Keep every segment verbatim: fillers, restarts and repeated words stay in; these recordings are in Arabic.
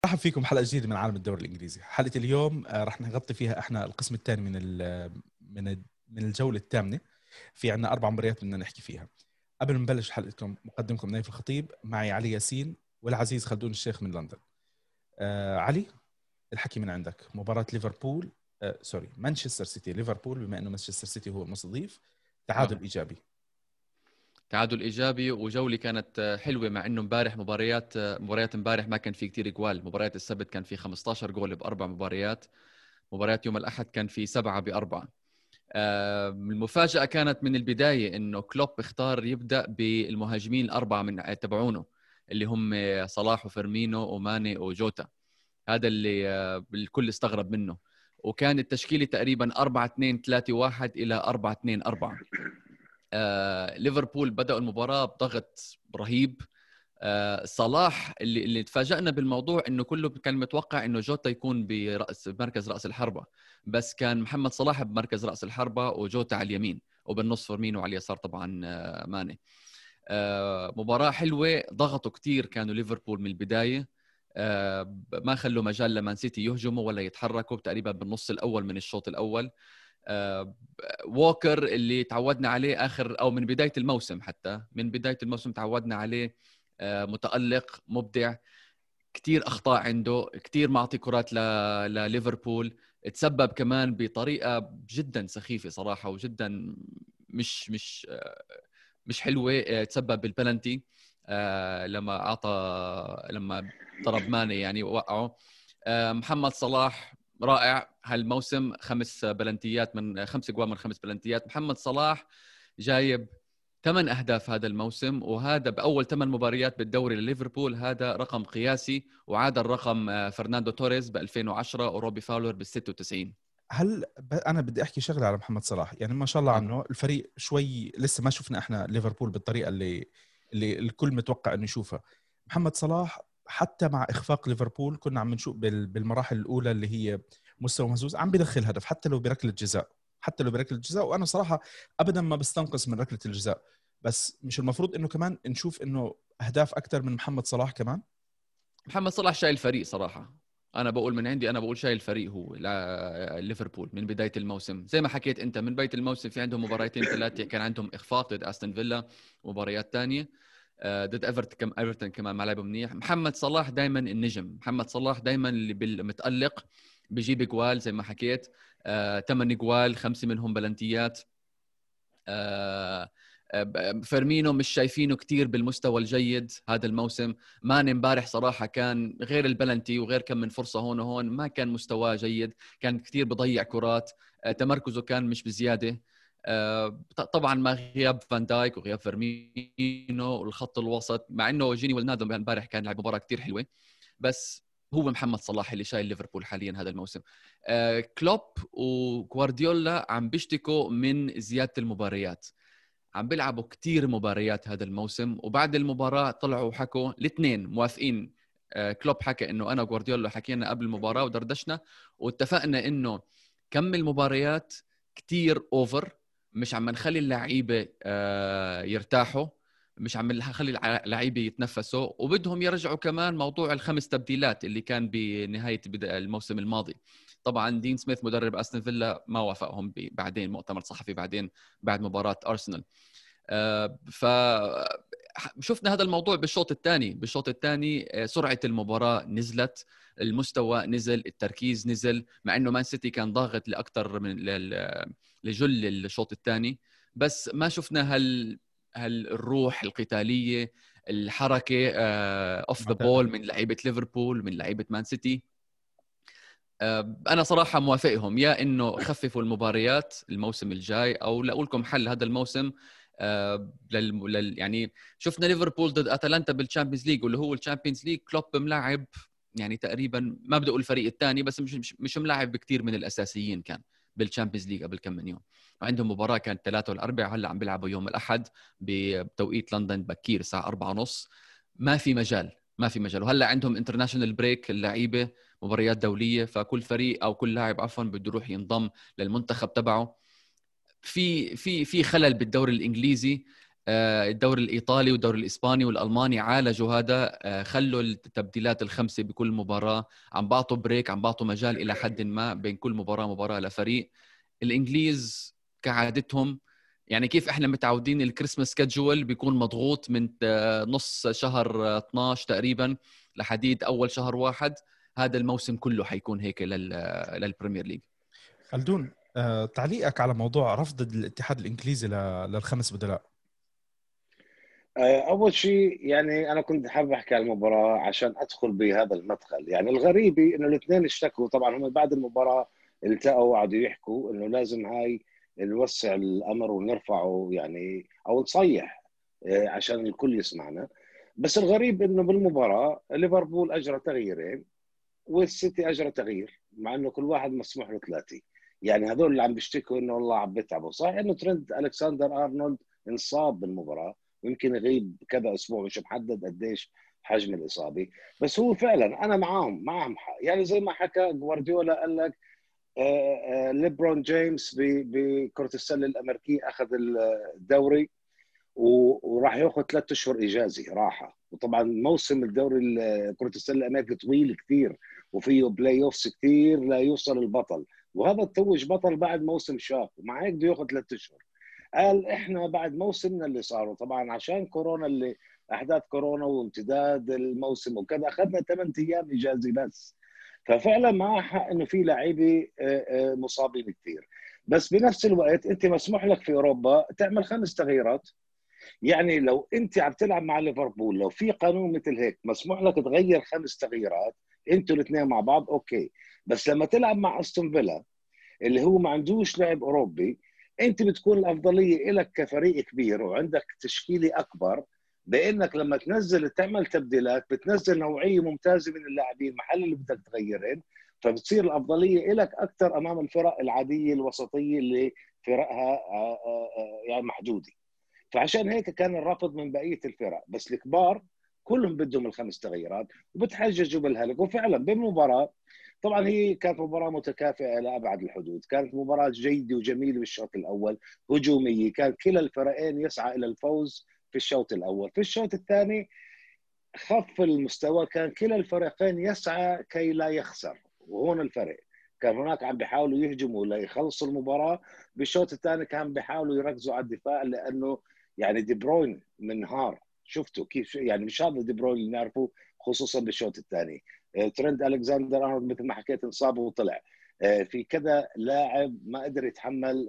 مرحبا فيكم حلقة جديدة من عالم الدوري الإنجليزي. حلقة اليوم آه، رح نغطي فيها احنا القسم الثاني من ال- من ال- من الجولة الثامنة. في عنا أربع مباريات بدنا نحكي فيها. قبل ما نبلش حلقتكم مقدمكم نايف الخطيب، معي علي ياسين والعزيز خلدون الشيخ من لندن. آه علي، الحكي من عندك. مباراة ليفربول آه سوري مانشستر سيتي ليفربول، بما إنه مانشستر سيتي هو المستضيف، تعادل آه. إيجابي. تعادل ايجابي وجولة كانت حلوه، مع انه امبارح مباريات مباريات امبارح ما كان في كتير جوال. مباريات السبت كان في خمسة عشر جول باربع مباريات. مباريات يوم الاحد كان في سبعه باربعه. آه، المفاجاه كانت من البدايه انه كلوب اختار يبدا بالمهاجمين الاربعه من تبعونه، اللي هم صلاح وفيرمينو وماني وجوتا. هذا اللي آه، الكل استغرب منه. وكان التشكيله تقريبا أربعة اثنين ثلاثة واحد الى أربعة اثنين أربعة. آه، ليفربول بدأوا المباراة بضغط رهيب. آه، صلاح اللي اللي تفاجأنا بالموضوع انه كله كان متوقع انه جوتا يكون برأس مركز رأس الحربة، بس كان محمد صلاح بمركز رأس الحربة وجوتا على اليمين، وبالنص فيرمينو على اليسار طبعا آه، ماني. آه، مباراة حلوة، ضغطوا كتير كانوا ليفربول من البداية. آه، ما خلوا مجال لمان سيتي يهجموا ولا يتحركوا تقريبا بالنص الأول من الشوط الأول. آه، ووكر اللي تعودنا عليه آخر أو من بداية الموسم، حتى من بداية الموسم تعودنا عليه. آه، متألق مبدع. كتير أخطاء عنده، كتير معطي كرات لليفربول. تسبب كمان بطريقة جدا سخيفة صراحة، وجدا مش مش آه، مش حلوة. آه، تسبب بالبلنتي آه، لما أعطى لما ضرب ماني يعني ووقعه. آه، محمد صلاح رائع هالموسم، خمس بلنتيات من خمس جوال من خمس بلنتيات. محمد صلاح جايب ثمان أهداف هذا الموسم، وهذا بأول ثمان مباريات بالدوري لليفربول، هذا رقم قياسي. وعاد الرقم آه، فرناندو توريس ب ألفين وعشرة وروبي فاولر بال ستة وتسعين. هل ب... انا بدي احكي شغله على محمد صلاح، يعني ما شاء الله آه. عنه. الفريق شوي لسه ما شفنا احنا ليفربول بالطريقه اللي اللي الكل متوقع انه يشوفها. محمد صلاح حتى مع اخفاق ليفربول كنا عم نشوف بال... بالمراحل الاولى اللي هي مستوى مهزوز، عم بدخل هدف حتى لو بركله جزاء، حتى لو بركله جزاء. وانا صراحه ابدا ما بستنقص من ركله الجزاء، بس مش المفروض انه كمان نشوف انه اهداف اكثر من محمد صلاح كمان؟ محمد صلاح شايل الفريق صراحة. أنا بقول من عندي، أنا بقول شايل الفريق هو ليفربول من بداية الموسم. زي ما حكيت أنت، من بداية الموسم في عندهم مباراتين ثلاثة كان عندهم إخفاق ضد أستون فيلا، مباريات تانية آه، ضد ايفرتون كم ايفرتون كمان ما لعبوا منيح. محمد صلاح دائما النجم، محمد صلاح دائما اللي بالمتألق، بيجيب جوال زي ما حكيت. ثمان جوال، خمسة منهم بلنتيات. آه، آه، فيرمينو مش شايفينه كتير بالمستوى الجيد هذا الموسم. ماني امبارح صراحة كان غير البلنتي وغير كم من فرصة هون وهون ما كان مستواه جيد، كان كتير بضيع كرات. آه، تمركزه كان مش بزيادة. آه، طبعا مع غياب فان دايك وغياب فيرمينو والخط الوسط، مع انه جيني والنادو امبارح كان لعب مباراة كتير حلوة، بس هو محمد صلاح اللي شايل ليفربول حاليا هذا الموسم. آه، كلوب وغوارديولا عم بيشتكوا من زيادة المباريات، عم بيلعبوا كتير مباريات هذا الموسم. وبعد المباراة طلعوا وحكوا الاثنين موافقين. آه، كلوب حكى انه انا وغوارديولا حكينا قبل المباراة ودردشنا واتفقنا انه كم المباريات كتير اوفر، مش عم نخلي اللعيبة آه، يرتاحوا، مش عم نخلي اللعيبة يتنفسوا، وبدهم يرجعوا كمان موضوع الخمس تبديلات اللي كان بنهاية الموسم الماضي. طبعا دين سميث مدرب أستون فيلا ما وافقهم بعدين مؤتمر صحفي بعدين بعد مباراة أرسنال. آه، ف شفنا هذا الموضوع بالشوط الثاني. بالشوط الثاني سرعة المباراة نزلت، المستوى نزل، التركيز نزل، مع انه مان سيتي كان ضاغط لاكثر من لجل الشوط الثاني، بس ما شفنا هال هالروح القتالية، الحركة اوف ذا بول من لعيبة ليفربول من لعيبة مان سيتي. أنا صراحة موافقهم، يا إنه خففوا المباريات الموسم الجاي أو لاقول لكم حل هذا الموسم. أه لل... لل... يعني شفنا ليفربول ضد أتلانتا بالشامبيونز ليج، واللي هو الشامبيونز ليج كلوب ملاعب يعني تقريبا ما بدي أقول الفريق الثاني، بس مش مش, مش ملاعب بكتير من الأساسيين كان بالشامبيونز ليج قبل كم من يوم. عندهم مباراة كانت ثلاثة والأربعاء، هلا عم بيلعبوا يوم الأحد بتوقيت لندن بكير الساعة أربعة ونص. ما في مجال ما في مجال. وهلا عندهم انترناشونال بريك اللعيبة، مباريات دولية، فكل فريق أو كل لاعب عفوا بده يروح ينضم للمنتخب تبعه. في في في خلل بالدوري الإنجليزي. الدوري الايطالي والدوري الاسباني والالماني عالجوا هذا، خلوا التبديلات الخمسه بكل مباراه، عم بعطوا بريك، عم بعطوا مجال الى حد ما بين كل مباراه مباراه لفريق. الانجليز كعادتهم يعني كيف احنا متعودين الكريسماس سكادجول بيكون مضغوط من نص شهر اثناشر تقريبا لحديد اول شهر واحد، هذا الموسم كله حيكون هيك للبريمير ليج. خلدون، آه، تعليقك على موضوع رفض الاتحاد الانجليزي للخمس بدلاء. اول شيء يعني انا كنت حابب احكي على المباراه عشان ادخل بهذا المدخل. يعني الغريب انه الاثنين اشتكوا، طبعا هم بعد المباراه التقوا وقعدوا يحكوا انه لازم هاي نوسع الامر ونرفعه يعني او نصيح عشان الكل يسمعنا. بس الغريب انه بالمباراه ليفربول اجرى تغييرين والسيتي اجرى تغيير، مع انه كل واحد مسموح له ثلاثه. يعني هذول اللي عم بيشتكوا انه والله عم بيتعبوا. صحيح انه ترند الكسندر ارنولد انصاب بالمباراه ويمكن يغيب كذا اسبوع، مش محدد قديش حجم الاصابه، بس هو فعلا انا معاهم معهم حق. يعني زي ما حكى جوارديولا قال لك ليبرون جيمس بكره السله الامريكيه اخذ الدوري وراح ياخذ ثلاث اشهر اجازه راحه. وطبعا موسم الدوري كره السله الامريكي طويل كثير وفيه بلاي اوفس كثير لا يوصل البطل، وهذا توج بطل بعد موسم شاق ومع هيك بده ياخذ ثلاث اشهر. قال احنا بعد موسمنا اللي صاروا طبعا عشان كورونا، اللي احداث كورونا وامتداد الموسم وكذا، اخذنا ثمان ايام اجازه بس. ففعلا معه حق انه في لعيبه مصابين كثير، بس بنفس الوقت انت مسموح لك في اوروبا تعمل خمس تغييرات. يعني لو انت عم تلعب مع ليفربول، لو في قانون مثل هيك مسموح لك تغير خمس تغييرات انتوا الاثنين مع بعض اوكي. بس لما تلعب مع استون فيلا اللي هو ما عندوش لاعب اوروبي، انت بتكون الافضليه لك كفريق كبير وعندك تشكيله اكبر، بانك لما تنزل تعمل تبديلات بتنزل نوعيه ممتازه من اللاعبين محل اللي بدك تغيرهم، فبتصير الافضليه لك اكثر امام الفرق العاديه الوسطيه اللي فرقها يعني محدوده. فعشان هيك كان الرفض من بقيه الفرق، بس الكبار كلهم بدهم الخمس تغييرات وبتحججوا بالهلك. وفعلا بالمباراه طبعا هي كانت مباراه متكافئه لابعد الحدود، كانت مباراه جيده وجميله بالشوط الاول، هجوميه، كان كلا الفريقين يسعى الى الفوز في الشوط الاول. في الشوط الثاني خف المستوى، كان كلا الفريقين يسعى كي لا يخسر، وهون الفرق. كان هناك عم بيحاولوا يهجموا ليخلصوا المباراه، بالشوط الثاني كان بيحاولوا يركزوا على الدفاع، لانه يعني دي بروين منهار، شفتوا كيف يعني مش هذا دي بروين اللي نعرفه خصوصا بالشوط الثاني. ترند الكسندر ارنولد مثل ما حكيت انصاب وطلع. في كذا لاعب ما قدر يتحمل،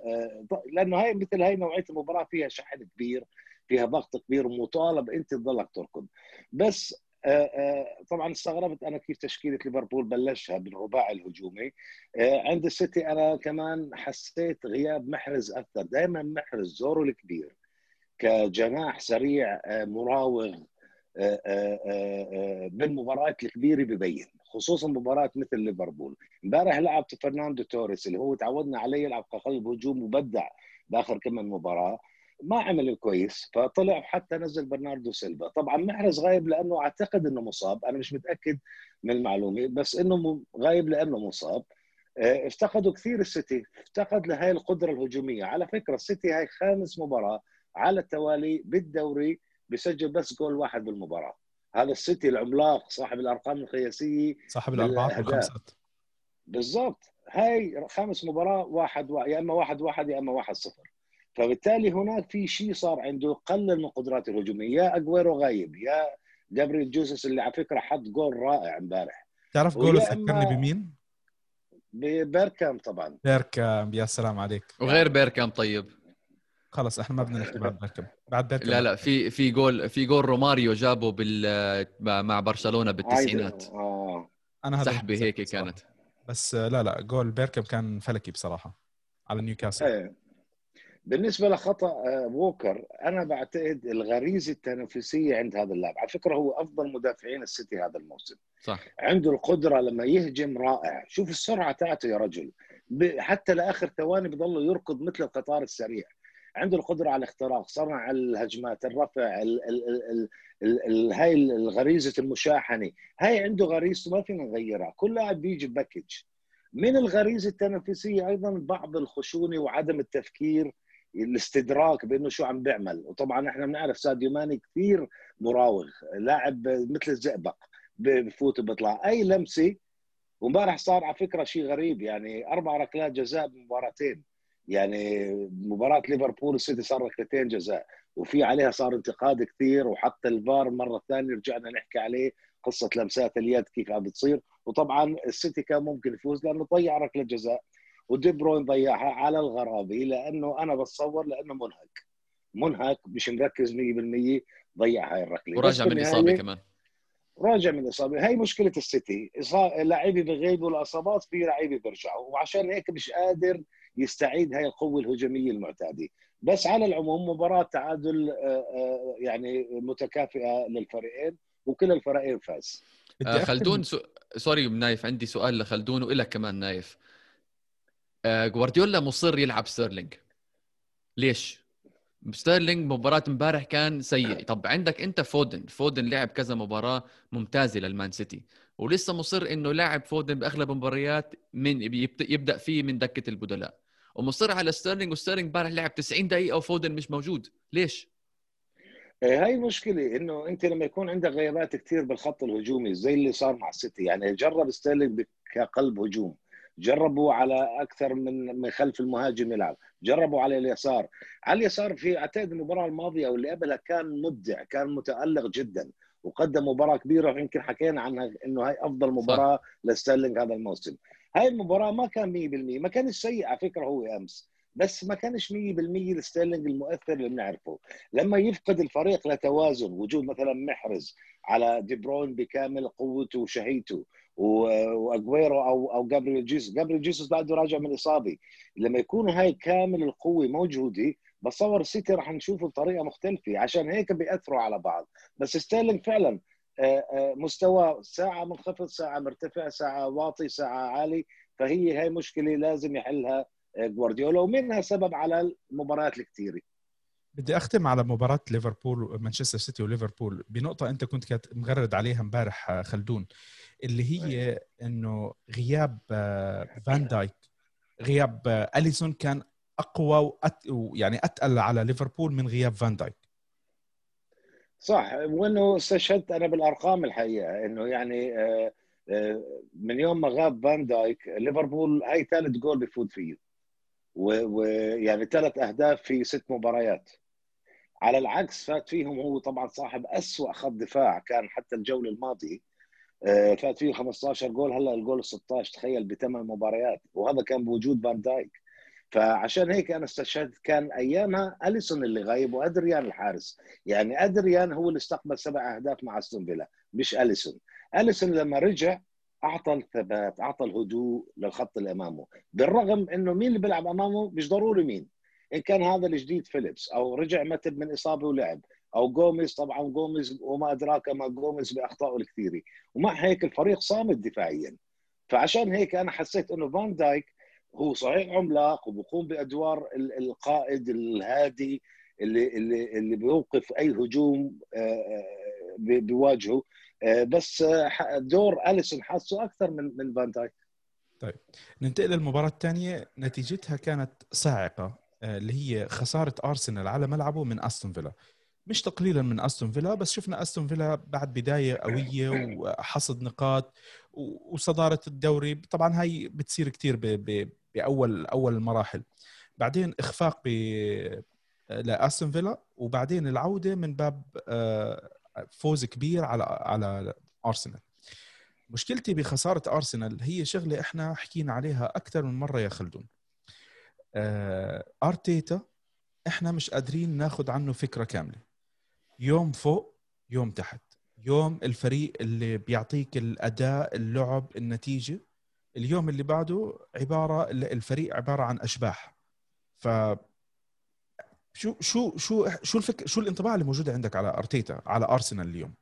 لانه هاي مثل هاي نوعيه المباراه فيها شحن كبير، فيها ضغط كبير ومطالب انت تضلك تركض. بس طبعا استغربت انا كيف تشكيله ليفربول بلشها بالرباعي الهجومي. عند السيتي انا كمان حسيت غياب محرز اكثر. دائما محرز زوره الكبير كجناح سريع مراوغ بالمباريات الكبيره ببين، خصوصا مباراه مثل ليفربول. امبارح لعب فرناندو توريس اللي هو تعودنا عليه يلعب كقلب هجوم وبدع باخر كم من مباراه، ما عمل كويس فطلع حتى نزل برناردو سيلفا. طبعا محرز غايب لانه اعتقد انه مصاب، انا مش متاكد من المعلومه بس انه غايب لانه مصاب. افتقدوا كثير السيتي، افتقد لهي القدره الهجوميه. على فكره السيتي هاي خامس مباراه على التوالي بالدوري بسجل بس جول واحد بالمباراه. هذا السيتي العملاق صاحب الارقام القياسيه صاحب الاربعات والخمسات بالضبط. هاي خامس مباراه واحد و... يا اما واحد واحد يا اما واحد صفر. فبالتالي هناك في شيء صار عنده، قلل من قدراته الهجوميه. يا اجويرو غايب، يا جابريل جوسس اللي على فكره حط جول رائع امبارح. تعرف جوله ذكرني بمين؟ ببيركام طبعا. بيركام، يا سلام عليك. وغير يعني بيركام طيب خلص احنا ما بدنا نحكي بعد بيركام، بعد بيركام لا لا في في جول في جول روماريو جابه بال مع برشلونه بالتسعينات. اه انا هذا سحبه هيك كانت، بس لا لا جول بيركام كان فلكي بصراحه على نيوكاسل. ايه. بالنسبه لخطا ووكر، انا بعتقد الغريزه التنافسيه عند هذا اللاعب. على فكره هو افضل مدافعين السيتي هذا الموسم، صح. عنده القدره لما يهجم رائع. شوف السرعه تاعته يا رجل، حتى لاخر ثواني بضل يركض مثل القطار السريع. عنده القدره على الاختراق، صنع الهجمات، الرفع، ال ال ال ال ال هاي الغريزه المشاحنه، هاي عنده غريزته ما فينا نغيرها. كل لاعب بيجي باكج. من الغريزه التنافسيه ايضا بعض الخشونه وعدم التفكير الاستدراك بانه شو عم بيعمل. وطبعا احنا بنعرف ساديو ماني كثير مراوغ، لاعب مثل الزئبق، بفوت وبيطلع اي لمسه. وامبارح صار على فكره شيء غريب، يعني اربع ركلات جزاء بمباراتين. يعني مباراه ليفربول السيتي صار ركلتين جزاء، وفي عليها صار انتقاد كثير، وحتى الفار مره ثانيه رجعنا نحكي عليه، قصه لمسات اليد كيف عم بتصير. وطبعا السيتي كان ممكن يفوز لانه ضيع ركله جزاء، ودي بروين ضيعها على الغرابه، لانه انا بتصور لانه منهك منهك مش مركز مية بالمية، ضيع هاي الركله. بس وراجع من اصابه بالنهايه كمان. راجع من اصابه، هي مشكله السيتي، لاعبي بغيبوا الاصابات، في لاعبي بيرجعوا، وعشان هيك مش قادر يستعيد هاي القوه الهجوميه المعتاده. بس على العموم مباراه تعادل يعني متكافئه للفريقين، وكل الفريقين فاز. آه بدي خلدون اختم. سو... سوري نايف، عندي سؤال لخلدون وإلك كمان نايف. آه جوارديولا مصر يلعب ستيرلينج، ليش؟ ستيرلينج مباراة امبارح كان سيء. طب عندك انت فودن، فودن لعب كذا مباراة ممتازة للمان سيتي، ولسه مصر انه لاعب فودن باغلب المباريات من يبدا فيه من دكة البدلاء، ومصر على ستيرلينج، وستيرلينج امبارح لعب تسعين دقيقة وفودن مش موجود، ليش؟ هاي مشكلة، انه انت لما يكون عندك غيابات كثير بالخط الهجومي زي اللي صار مع السيتي، يعني جرب ستيرلينج كقلب هجوم، جربوا على اكثر من من خلف المهاجم يلعب، جربوا على اليسار. على اليسار في اعتقد المباراة الماضية او اللي قبلها كان مبدع، كان متألق جدا، وقدم مباراة كبيرة، ويمكن حكينا عنها انه هاي افضل صح. مباراة لستيرلينج هذا الموسم. هاي المباراة ما كان مية بالمية، ما كانش سيء على فكرة هو امس، بس ما كانش مية بالمية الستيرلينج المؤثر اللي بنعرفه. لما يفقد الفريق لتوازن، وجود مثلا محرز على دي بروين بكامل قوته وشهيته، واجويرو او او جابريل جيسوس، جابريل جيسوس بعده راجع من اصابه، لما يكونوا هاي كامل القوه موجوده، بتصور السيتي راح نشوفه بطريقه مختلفه، عشان هيك بياثروا على بعض. بس ستيرلينج فعلا مستوى ساعه منخفض، ساعه مرتفع، ساعه واطي، ساعه عالي، فهي هاي مشكله لازم يحلها جوارديولا، ومنها سبب على المباريات الكثيره. بدي اختم على مباراة ليفربول مانشستر سيتي وليفربول بنقطة انت كنت كانت مغرد عليها امبارح خلدون، اللي هي انه غياب فان دايك، غياب أليسون كان اقوى وأت... يعني اتقل على ليفربول من غياب فان دايك. صح، وانه استشهدت انا بالارقام الحقيقه، انه يعني من يوم ما غاب فان دايك ليفربول هاي ثالث جول بفوت فيه، ويعني ثلاث اهداف في ست مباريات. على العكس فات فيهم هو طبعا صاحب أسوأ خط دفاع كان حتى الجوله الماضيه، فات فيه خمسة عشر جول، هلا الجول ستة عشر، تخيل بثمان مباريات، وهذا كان بوجود فان دايك. فعشان هيك انا استشهدت، كان ايامها اليسون اللي غايب وادريان الحارس، يعني ادريان هو اللي استقبل سبع اهداف مع استون فيلا مش اليسون. اليسون لما رجع اعطى الثبات، اعطى الهدوء للخط اللي امامه، بالرغم انه مين اللي بيلعب امامه مش ضروري مين، ان كان هذا الجديد فيليبس او رجع متب من اصابه ولعب، او جوميز، طبعا جوميز وما ادراك ما جوميز باخطائه الكثيره، ومع هيك الفريق صامد دفاعيا. فعشان هيك انا حسيت انه فان دايك هو صحيح عملاق وبقوم بادوار القائد الهادي اللي اللي اللي بيوقف اي هجوم بيواجهه، بس دور اليسون حاسه اكثر من من فان دايك. طيب ننتقل للمباراة الثانية، نتيجتها كانت صاعقة، اللي هي خسارة أرسنال على ملعبه من أستون فيلا. مش تقليلا من أستون فيلا، بس شفنا أستون فيلا بعد بداية قوية وحصد نقاط وصدارة الدوري، طبعا هاي بتصير كتير بأول أول المراحل، بعدين إخفاق ب لأستون فيلا، وبعدين العودة من باب فوز كبير على على أرسنال. مشكلتي بخسارة أرسنال هي شغلة إحنا حكينا عليها أكثر من مرة يا خلدون، أرتيتا إحنا مش قادرين ناخد عنه فكرة كاملة، يوم فوق يوم تحت، يوم الفريق اللي بيعطيك الأداء اللعب النتيجة، اليوم اللي بعده عبارة الفريق عبارة عن أشباح. ف شو شو شو شو الفكر، شو الانطباع اللي موجود عندك على أرتيتا على أرسنال اليوم؟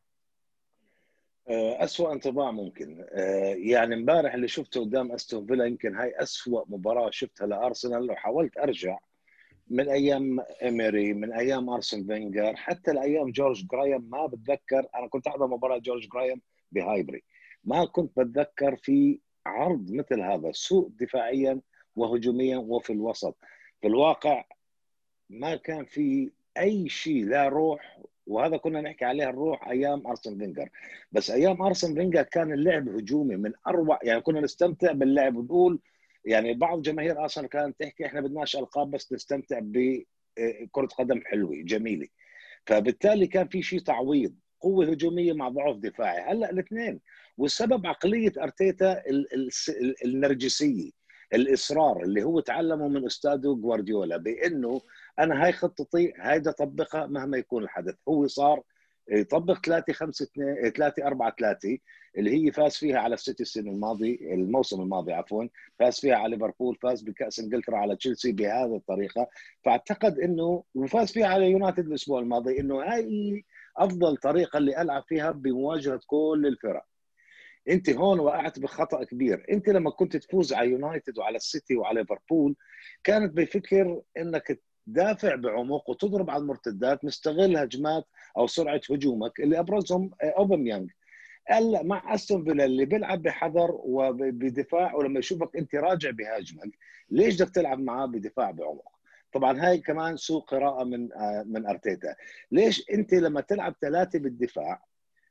أسوأ انطباع ممكن، يعني امبارح اللي شفته قدام أستون فيلا يمكن هاي أسوأ مباراة شفتها لأرسنال، لو حاولت أرجع من أيام إيميري، من أيام أرسن فينجر، حتى لأيام جورج غرايم، ما بتذكر. أنا كنت أحضر مباراة جورج غرايم بهايبري، ما كنت بتذكر في عرض مثل هذا، سوء دفاعيا وهجوميا وفي الوسط. في الواقع ما كان في اي شيء، لا روح. وهذا كنا نحكي عليها الروح ايام ارسن فينجر. بس ايام ارسن فينجر كان اللعب هجومي من اروع، يعني كنا نستمتع باللعب ونقول، يعني بعض جماهير ارسنال كانت تحكي احنا بدناش القاب بس نستمتع بكره قدم حلوه جميله. فبالتالي كان في شيء تعويض، قوه هجوميه مع ضعف دفاعي. هلا الاثنين، والسبب عقليه ارتيتا النرجسيه، الاصرار اللي هو تعلمه من استاذه جوارديولا، بانه انا هاي خطتي هاي بدي اطبقها مهما يكون الحدث. هو صار يطبق ثلاثة خمسة اثنين ثلاثة أربعة ثلاثة اللي هي فاز فيها على السيتي السنه الماضي، الموسم الماضي عفوا، فاز فيها على ليفربول، فاز بكاس انجلترا على تشيلسي بهذه الطريقه. فاعتقد انه وفاز فيها على يونايتد الاسبوع الماضي، انه هاي افضل طريقه اللي العب فيها بمواجهه كل الفرق. انت هون وقعت بخطا كبير. انت لما كنت تفوز على يونايتد وعلى السيتي وعلى ليفربول كانت بفكر انك تدافع بعمق وتضرب على المرتدات، مستغل هجمات او سرعه هجومك اللي ابرزهم اوباميانج. هلا مع استون فيلا اللي بيلعب بحذر وبدفاع، ولما يشوفك انت راجع بهاجمك ليش بدك تلعب معاه بدفاع بعمق؟ طبعا هاي كمان سوء قراءه من من ارتيتا. ليش انت لما تلعب ثلاثه بالدفاع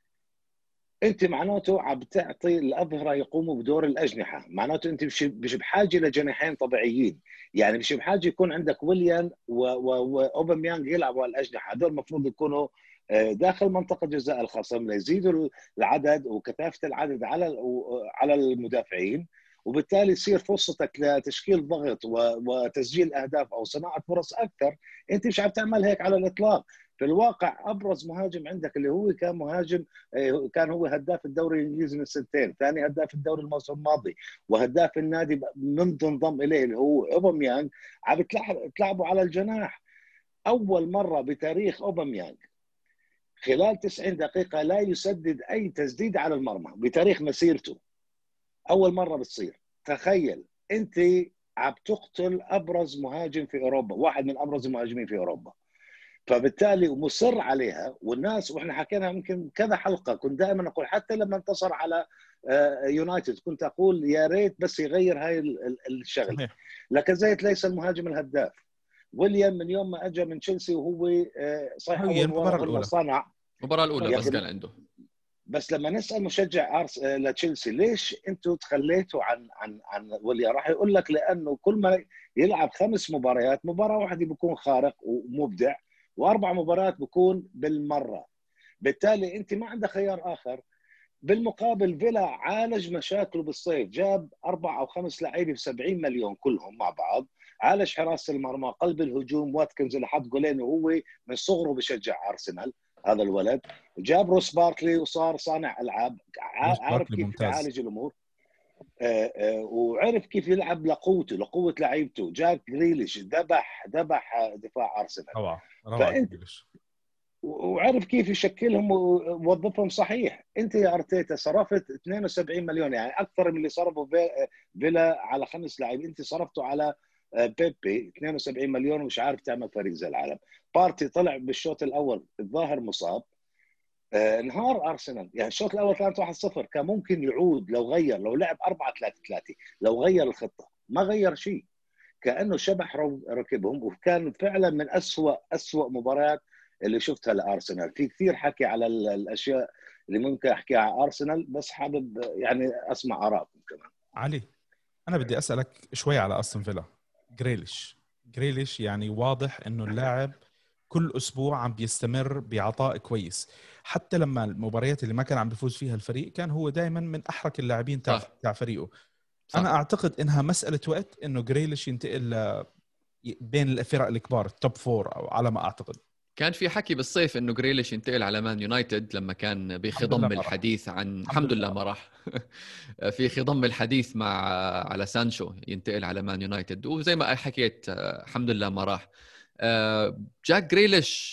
انت معناته عم تعطي الاظهره يقوموا بدور الاجنحه، معناته انت مش مش بحاجه لجناحين طبيعيين، يعني مش بحاجه يكون عندك ويليان واوباميانج يلعبوا على الاجنحه. هذول المفروض يكونوا داخل منطقه جزاء الخصم ليزيدوا العدد وكثافه العدد على على المدافعين، وبالتالي يصير فرصتك لتشكيل ضغط وتسجيل اهداف او صناعه فرص اكثر. انت مش عم تعمل هيك على الاطلاق. في الواقع ابرز مهاجم عندك اللي هو كان مهاجم، كان هو هداف الدوري الانجليزي من سنتين، ثاني هداف الدوري الموسم الماضي، وهداف النادي منذ انضم اليه اللي هو اوباميانج، عم تلعبوا على الجناح. اول مره بتاريخ اوباميانج خلال تسعين دقيقه لا يسدد اي تسديد على المرمى بتاريخ مسيرته، اول مره بتصير. تخيل انت عم تقتل ابرز مهاجم في اوروبا، واحد من ابرز المهاجمين في اوروبا، فبالتالي مصر عليها. والناس واحنا حكينا يمكن كذا حلقه، كنت دائما اقول حتى لما انتصر على يونايتد كنت اقول يا ريت بس يغير هاي الشغله. لاكازيت ليس المهاجم الهداف. ويليام من يوم ما اجى من تشيلسي وهو صحيح اول المباراه الاولى صنع المباراه الاولى بس كان عنده. بس لما نسال مشجع ارس لتشيلسي ليش انتم تخليتوا عن عن عن ويليام، راح يقول لك لانه كل ما يلعب خمس مباريات مباراه واحده بيكون خارق ومبدع، واربع مباريات بكون بالمره. بالتالي انت ما عندك خيار اخر. بالمقابل فيلا عالج مشاكله بالصيف، جاب اربع او خمس لعيبه ب سبعين مليون كلهم مع بعض، عالج حراسه المرمى، قلب الهجوم واتكنز اللي حط جولين وهو من صغره بشجع ارسنال هذا الولد، جاب روس باركلي وصار صانع العاب، عارف كيف ممتاز. يعالج الامور، آآ آآ وعرف كيف يلعب لقوته لقوه لعيبته. جاك جريليش ذبح ذبح دفاع ارسنال، روعه روعه جريليش، وعرف كيف يشكلهم ووظفهم صحيح. انت يا ارتيتا صرفت اثنين وسبعين مليون، يعني اكثر من اللي صرفه فيلا على خمس لاعبين، انت صرفته على بيبي اثنين وسبعين مليون ومش عارف تعمل فريق زي العالم. بارتي طلع بالشوط الاول الظاهر مصاب، انهار ارسنال. يعني الشوط الاول كانت واحد صفر، كان ممكن يعود لو غير، لو لعب أربعة ثلاثة ثلاثة، لو غير الخطه. ما غير شيء، كانه شبح ركبهم. وكان فعلا من أسوأ أسوأ مباريات اللي شفتها لارسنال. في كثير حكي على الاشياء اللي ممكن احكيها على ارسنال، بس حابب يعني اسمع ارائكم كمان. علي، انا بدي اسالك شوي على استون فيلا. جريليش جريليش يعني واضح انه اللاعب كل اسبوع عم بيستمر بعطاء كويس، حتى لما المباريات اللي ما كان عم بيفوز فيها الفريق كان هو دائما من احرك اللاعبين تاع تاع فريقه. صح. انا اعتقد انها مساله وقت انه جريليش ينتقل بين الفرق الكبار التوب فور، او على ما اعتقد. كان في حكي بالصيف انه جريليش ينتقل على مان يونايتد لما كان بخضم الحديث عن الحمد لله ما راح في خضم الحديث مع على سانشو ينتقل على مان يونايتد، وزي ما حكيت الحمد لله ما راح. جاك جريليش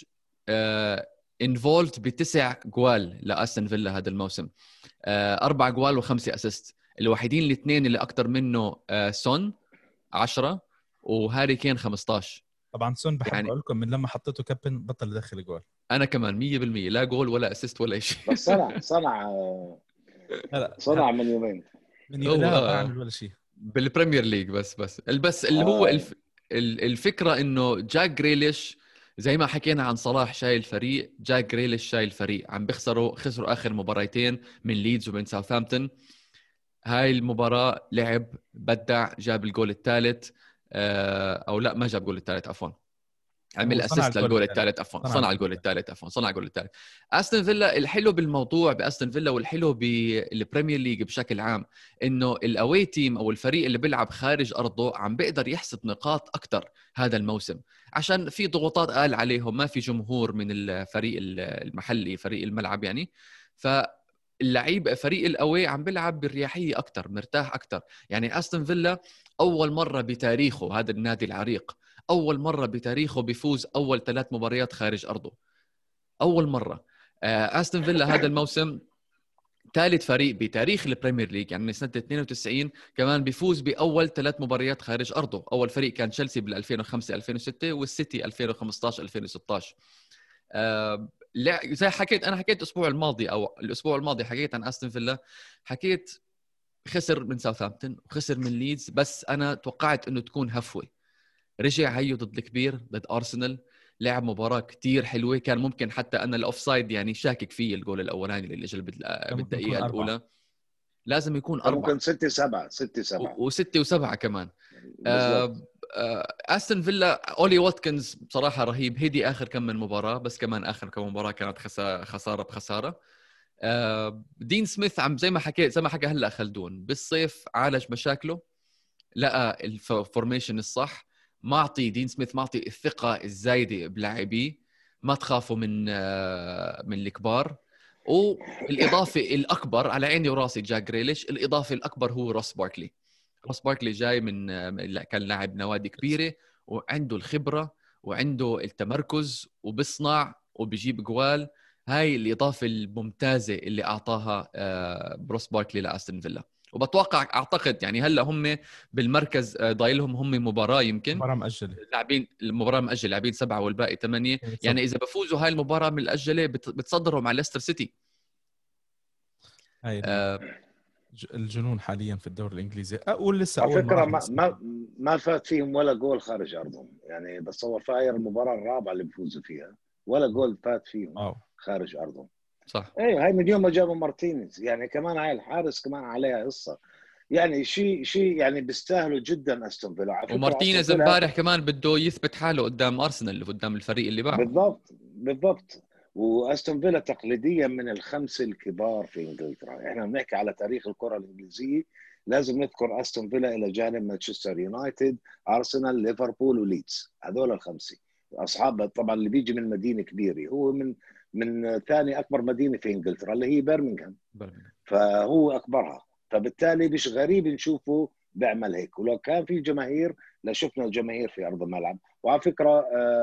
انفولد بتسع جوال لاستون فيلا هذا الموسم، اربع جوال وخمسه اسيست. الوحيدين الاثنين اللي اكثر منه سون عشرة وهاري كين خمستاشر. طبعا سون بحب يعني اقول لكم من لما حطيته كابتن بطل يدخل جول. انا كمان مية بالمية لا جول ولا اسيست ولا شيء. بس صنع صنع صنع من يومين من يوم لا ما عمل ولا شيء بالبريمير ليج. بس بس بس اللي هو آه. الف... الفكره انه جاك جريليش زي ما حكينا عن صلاح شايل الفريق، جاك جريليش شايل الفريق. عم بيخسروا خسروا اخر مباراتين من ليدز ومن ساوثهامبتون. هاي المباراه لعب بدع، جاب الجول الثالث او لا ما جاب الجول الثالث عفوا عمل اسيست للجول الثالث عفوا صنع الجول الثالث عفوا صنع الجول الثالث. استون فيلا الحلو بالموضوع باستون فيلا والحلو بالبريمير ليج بشكل عام انه الاوي تيم او الفريق اللي بيلعب خارج ارضه عم بيقدر يحصد نقاط اكثر هذا الموسم، عشان في ضغوطات قال عليهم، ما في جمهور من الفريق المحلي فريق الملعب يعني. فاللعيب فريق الاوي عم بيلعب بالرياحيه اكثر، مرتاح اكثر. يعني استون فيلا اول مره بتاريخه، هذا النادي العريق أول مرة بتاريخه بيفوز أول ثلاث مباريات خارج أرضه، أول مرة. أستون فيلا هذا الموسم ثالث فريق بتاريخ البريمير ليج، يعني من سنة اثنين وتسعين كمان بيفوز بأول ثلاث مباريات خارج أرضه. أول فريق كان تشيلسي بال ألفين وخمسة ألفين وستة والسيتي ألفين وخمسة عشر ألفين وستة عشر. أه لا زي حكيت أنا حكيت الأسبوع الماضي أو الأسبوع الماضي حكيت عن أستون فيلا، حكيت خسر من ساوثهامبتون وخسر من ليدز، بس أنا توقعت إنه تكون هفوة. رجع هيو ضد الكبير ضد أرسنال، لعب مباراة كتير حلوة. كان ممكن حتى أن الأوفسايد يعني شاكك فيه الجول الأولاني اللي جل بالدقيقة الأولى، لازم يكون أربعة، ممكن ستة سبعة ستة سبعة وستة وسبعة كمان. آه آه أستون فيلا أولي واتكنز بصراحة رهيب، هدي آخر كم من مباراة، بس كمان آخر كم مباراة كانت خسارة بخسارة. آه دين سميث عم زي ما حكيت زي ما حكى هلأ خلدون بالصيف عالج مشاكله، لقى الفورميشن الصح، معطي دين سميث معطي الثقة الزايدة بلاعبيه، ما تخافوا من من الكبار. والإضافة الأكبر على عيني وراسي جاك جريليش، الإضافة الأكبر هو روس باركلي. روس باركلي جاي من كان لاعب نوادي كبيرة وعنده الخبرة وعنده التمركز وبصنع وبيجيب جوال. هاي الإضافة الممتازة اللي أعطاها بروس باركلي لأستون فيلا. وبتوقع اعتقد يعني هلا هم بالمركز ضايلهم هم مباراه يمكن مباراه مأجله، لاعبين المباراه مأجله لاعبين سبعه والباقي ثمانيه، يعني اذا بفوزوا هاي المباراه من الاجله بتصدروا مع ليستر سيتي. هاي آه الجنون حاليا في الدوري الانجليزي. اقول لسه على اول فكره ما ما ما فات فيهم ولا جول خارج ارضهم، يعني بتصور في هاي المباراه الرابعه اللي بفوزوا فيها ولا جول فات فيهم أوه. خارج ارضهم. صح ايوه هاي من يوم ما جابوا مارتينيز، يعني كمان هاي الحارس كمان عليها قصه، يعني شيء شيء يعني بيستاهلوا جدا استون فيلا. ومارتينيز امبارح كمان بده يثبت حاله قدام ارسنال قدام الفريق اللي باعه. بالضبط بالضبط. واستون فيلا تقليديا من الخمسه الكبار في انجلترا. احنا بنحكي على تاريخ الكره الانجليزيه لازم نذكر استون فيلا الى جانب مانشستر يونايتد، ارسنال، ليفربول وليدز. هذول الخمسه اصحاب طبعا اللي بيجي من مدينه كبيره، هو من من ثاني اكبر مدينه في انجلترا اللي هي برمنغهام، فهو اكبرها، فبالتالي مش غريب نشوفه بيعمل هيك. ولو كان في جماهير لشفنا الجماهير في ارض الملعب. وعلى فكره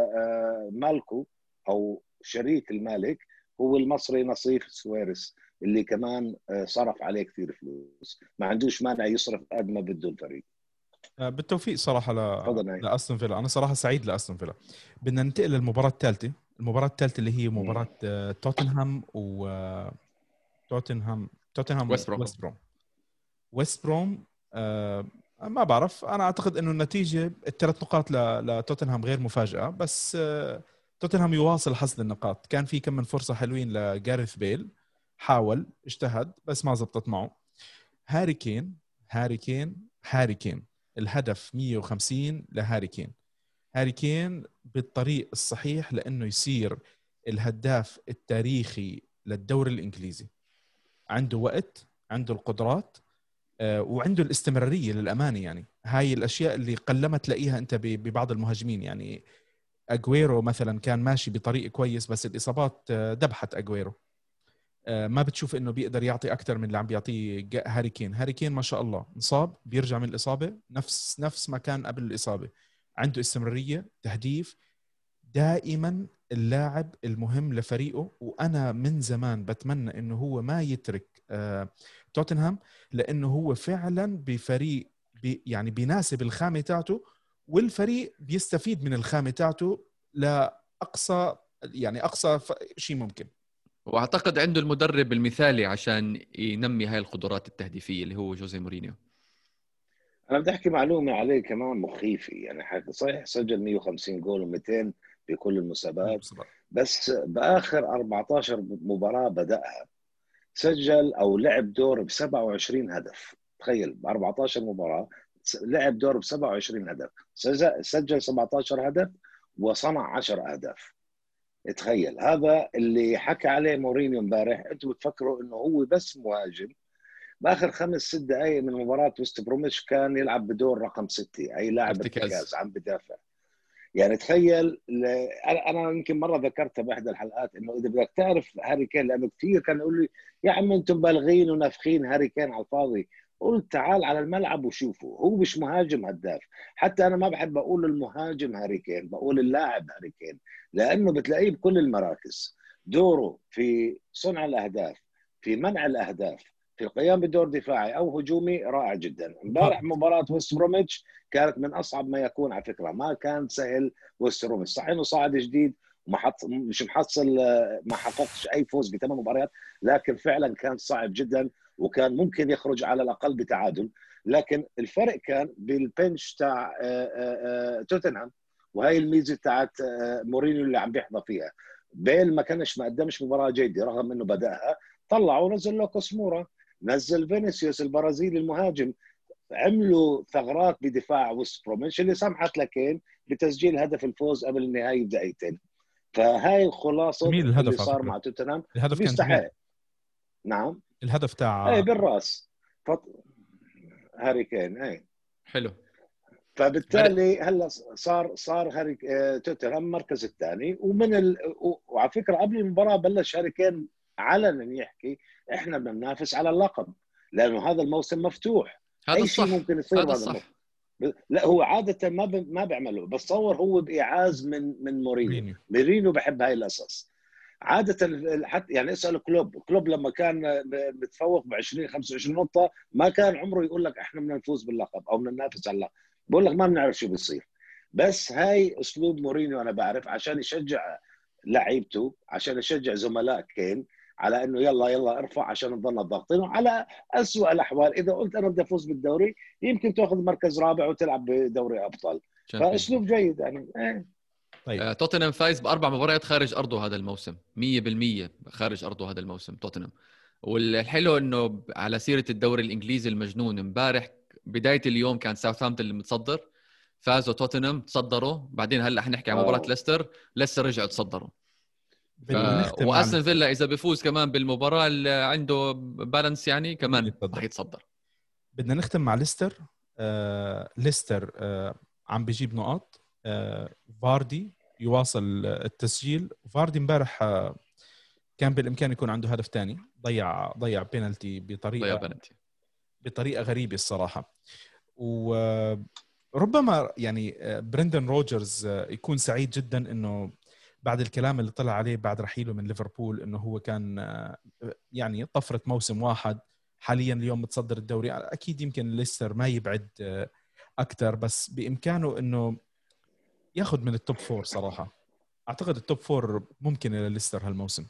مالكو او شريك المالك هو المصري نصيف سويرس اللي كمان صرف عليه كثير فلوس، ما عندوش مانع يصرف قد ما بده الفريق. بالتوفيق صراحه ل لاستون فيلا. انا صراحه سعيد لاستون فيلا. بدنا ننتقل للمباراه الثالثه، المباراه الثالثه اللي هي مباراه توتنهام و توتنهام توتنهام ويست بروم ويست بروم ويست بروم آه ما بعرف، انا اعتقد انه النتيجه الثلاث نقاط لتوتنهام غير مفاجاه، بس آه توتنهام يواصل حصد النقاط. كان في كم من فرصه حلوين لجاريث بيل، حاول اجتهد بس ما زبطت معه. هاري كين هاري كين هاري كين الهدف مية وخمسين لهاري كين. هاري كين بالطريق الصحيح لانه يصير الهداف التاريخي للدوري الانجليزي. عنده وقت، عنده القدرات، آه وعنده الاستمراريه للامانه. يعني هاي الاشياء اللي قلما تلاقيها انت ببعض المهاجمين. يعني اغويرو مثلا كان ماشي بطريق كويس بس الاصابات دبحت اغويرو، ما بتشوف انه بيقدر يعطي اكثر من اللي عم بيعطيه هاري كين. هاري كين ما شاء الله انصاب بيرجع من الاصابه نفس نفس ما كان قبل الاصابه، عنده استمراريه، تهديف، دائما اللاعب المهم لفريقه. وانا من زمان بتمنى انه هو ما يترك آه توتنهام، لانه هو فعلا بفريق بي يعني بيناسب الخامه تاعته، والفريق بيستفيد من الخامه تاعته لاقصى يعني اقصى شيء ممكن. واعتقد عنده المدرب المثالي عشان ينمي هاي القدرات التهديفيه اللي هو جوزيه مورينيو. انا بدي احكي معلومه عليه كمان مخيفه، يعني حق- صحيح سجل مية وخمسين جول و200 بكل المسابقات، بس باخر أربعة عشر مباراه بداها سجل او لعب دور ب سبعة وعشرين هدف. تخيل ب أربعة عشر مباراه لعب دور ب سبعة وعشرين هدف، سجل سبعة عشر هدف وصنع عشر اهداف. تخيل، هذا اللي حكى عليه مورينيو امبارح. انتم بتفكروا انه هو بس مهاجم؟ باخر خمس ست دقائق من مباراه وست بروميتش كان يلعب بدور رقم ستة، اي لاعب ارتكاز عم بدافع. يعني تخيل، انا يمكن مره ذكرتها باحدى الحلقات انه اذا بدك تعرف هاري كين، لانه كثير كان يقول لي يا عم انتم بالغين ونافخين هاري كين على الفاضي. قلت تعال على الملعب وشوفوا، هو مش مهاجم هداف. حتى انا ما بحب اقول المهاجم هاري كين، بقول اللاعب هاري كين، لانه بتلاقيه بكل المراكز. دوره في صنع الاهداف، في منع الاهداف، في القيام بدور دفاعي او هجومي رائع جدا. امبارح مباراه وست بروميتش كانت من اصعب ما يكون على فكره، ما كان سهل وست بروميتش. صحيح انه صاعد جديد وما حط مش محصل، ما حققش اي فوز بثمان مباريات، لكن فعلا كان صعب جدا وكان ممكن يخرج على الاقل بتعادل. لكن الفرق كان بالبنش تاع توتنهام، وهي الميزه تاعت مورينيو اللي عم بيحظى فيها. بيل ما كانش ما قدمش مباراه جيده رغم انه بداها، طلعوا ونزل له كوسمورا، نزل فينيسيوس البرازيلي المهاجم. عملوا ثغرات بدفاع وست بروميتش اللي سمحت لكين بتسجيل هدف الفوز قبل النهايه بدقيقتين. فهاي خلاصه جميل اللي الهدف على صار فكرة. مع توتنهام. الهدف كان بيستحق. جميل. نعم الهدف اي تاع بالراس فط... هاري كين اي. حلو. فبالتالي هلا صار صار هاري توتنهام المركز الثاني. ومن ال... وعلى فكره قبل المباراه بلش هاري كين علنا يحكي احنا بدنا ننافس على اللقب، لانه هذا الموسم مفتوح، هذا اي شيء الصح، ممكن يصير هذا بهذا الصح. الموسم. لا هو عاده ما ب... ما بيعمله، بس تصور هو باعاز من من مورينيو. مورينيو. مورينيو بحب هاي القصص عاده. حتى يعني اسال كلوب، كلوب لما كان متفوق ب عشرين خمسة وعشرين نقطه ما كان عمره يقول لك احنا بدنا نفوز باللقب او بدنا ننافس على اللقب، بقول لك ما بنعرف شو بيصير. بس هاي اسلوب مورينيو، انا بعرف، عشان يشجع لعيبته، عشان يشجع زملاء كين على انه يلا يلا ارفع عشان نضلنا ضاغطين. وعلى اسوء الاحوال اذا قلت انا بدي افوز بالدوري يمكن تاخذ مركز رابع وتلعب بدوري ابطال. فاسلوب جيد يعني. ايه. طيب آه، توتنهام فايز باربع مباريات خارج ارضه هذا الموسم، مية بالمية خارج ارضه هذا الموسم توتنهام. والحلو انه على سيره الدوري الانجليزي المجنون، امبارح بدايه اليوم كان ساوثهامبتون اللي متصدر، فازوا توتنهام تصدروا، بعدين هلا حنحكي عن مباراه آه. ليستر، ليستر رجعوا تصدروا. ف... بدنا نختم مع واستون فيلا اذا بيفوز كمان بالمباراه اللي عنده بالانس يعني كمان يتصدر. راح يتصدر. بدنا نختم مع ليستر. آه، ليستر آه، عم بيجيب نقاط. آه، فاردي يواصل التسجيل. فاردي امبارح آه، كان بالامكان يكون عنده هدف تاني، ضيع ضيع بينالتي ضيع بطريقه بلنتي بطريقه غريبه الصراحه. وربما يعني برندن روجرز يكون سعيد جدا انه بعد الكلام اللي طلع عليه بعد رحيله من ليفربول، انه هو كان يعني طفره موسم واحد، حاليا اليوم متصدر الدوري. اكيد يمكن ليستر ما يبعد اكثر، بس بامكانه انه ياخذ من التوب فور. صراحه اعتقد التوب فور ممكن لليستر هالموسم.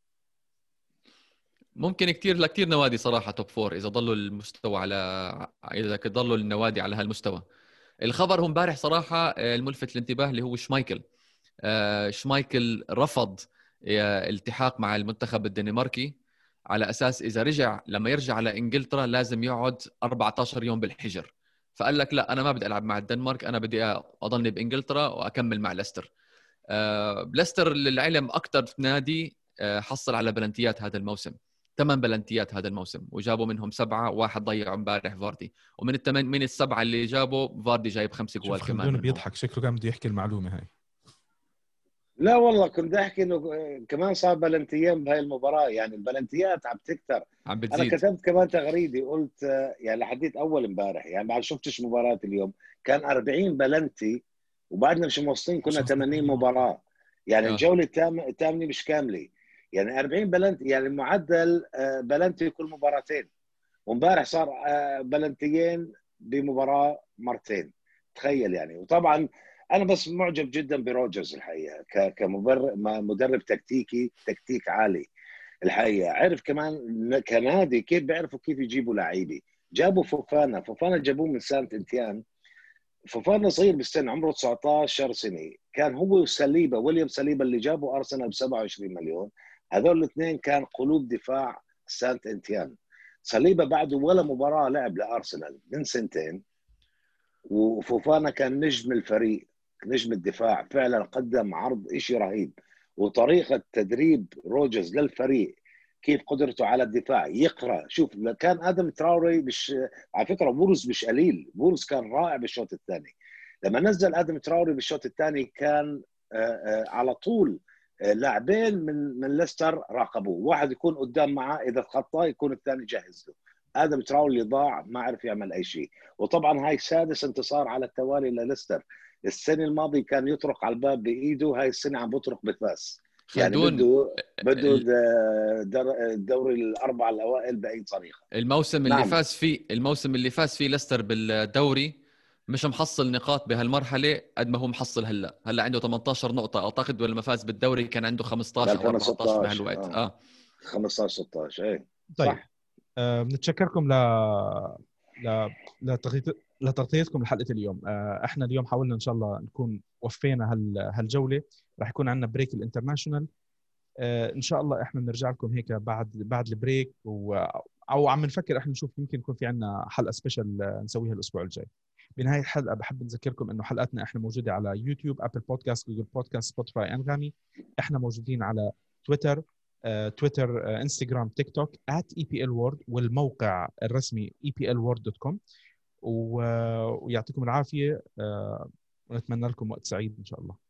ممكن كتير لكتير نوادي صراحه توب فور اذا ضلوا المستوى على اذا ضلوا النوادي على هالمستوى. الخبر هو امبارح صراحه الملفت للانتباه اللي هو شمايكل. آه شمايكل رفض الالتحاق مع المنتخب الدنماركي على اساس اذا رجع لما يرجع على انجلترا لازم يقعد أربعة عشر يوم بالحجر. فقال لك لا انا ما بدي العب مع الدنمارك، انا بدي اضلني بانجلترا واكمل مع ليستر. آه ليستر للعلم اكثر نادي آه حصل على بلنتيات هذا الموسم، ثمان بلنتيات هذا الموسم، وجابوا منهم سبعه، واحد ضيع امبارح فاردي. ومن الثمان من السبعه اللي جابوا فاردي جايب خمسة جوال كمان خلدون منهم. بيضحك شكله كان بده يحكي المعلومه هاي. لا والله كنت احكي انه كمان صار بلنتيين بهاي المباراه، يعني البلنتيات عم تكثر. عم انا بتزيد. كتبت كمان تغريدي قلت يعني لحديت اول امبارح، يعني بعد شفتش مباراه اليوم كان أربعين بلنتي وبعدنا مش موصلين، كنا ثمانين مباراه، يعني آه. الجوله الثامنه مش كامله. يعني أربعين بلنتي يعني معدل بلنتي كل مباراتين، وامبارح صار بلنتيين بمباراه مرتين. تخيل يعني. وطبعا انا بس معجب جدا بروجرز الحقيقه كمدرب تكتيكي، تكتيك عالي الحقيقه. عرف كمان كنادي كيف بيعرفوا كيف يجيبوا لعيبه، جابوا فوفانا فوفانا جابوه من سانت انتيان. فوفانا صغير بالسن، عمره تسعة عشر سنه، كان هو وسليبا ويليام سليبا اللي جابوا ارسنال ب سبعة وعشرين مليون. هذول الاثنين كان قلوب دفاع سانت انتيان. سليبا بعده ولا مباراه لعب لارسنال من سنتين، وفوفانا كان نجم الفريق، نجم الدفاع، فعلا قدم عرض إشي رهيب. وطريقة تدريب روجرز للفريق، كيف قدرته على الدفاع، يقرأ. شوف كان آدم تراوري مش، على فكرة بورز مش قليل، بورز كان رائع بالشوط الثاني. لما نزل آدم تراوري بالشوط الثاني كان على طول لاعبين من من ليستر راقبوه، واحد يكون قدام معاه، إذا تخطاه يكون الثاني جاهز له. آدم تراوري ضاع، ما عرف يعمل أي شيء. وطبعا هاي سادس انتصار على التوالي لليستر. السنة الماضية كان يطرق على الباب بإيده، هاي السنة عم بطرق بفاس. يعني بده بده الدوري الأربعة الأوائل بأي طريقة. الموسم نعم. اللي فاز فيه الموسم اللي فاز فيه ليستر بالدوري مش محصل نقاط بهالمرحلة قد ما هو محصل هلا. هلا عنده ثمانية عشر نقطة أعتقد، ولما فاز بالدوري كان عنده خمسة عشر أو أربعة عشر بهالوقت. آه. آه خمسة عشر ستة عشر. ايه طيب. صح. آه بنتشكركم ل ل لتغطية لتغطيتكم لحلقة اليوم. آه احنا اليوم حاولنا ان شاء الله نكون وفينا هال... هالجولة. راح يكون عندنا بريك الانترناشونال. آه ان شاء الله احنا بنرجع لكم هيك بعد بعد البريك، و... او عم نفكر احنا نشوف يمكن يكون في عندنا حلقة سبيشال نسويها الاسبوع الجاي. بنهاية الحلقة بحب نذكركم انه حلقاتنا احنا موجودة على يوتيوب، ابل بودكاست، جوجل بودكاست، سبوتيفاي، انغامي. احنا موجودين على تويتر، آه، تويتر، آه، انستغرام، تيك توك at إي بي إل وورد، والموقع الرسمي إي بي إل وورد دوت كوم. ويعطيكم العافية، آه، ونتمنى لكم وقت سعيد إن شاء الله.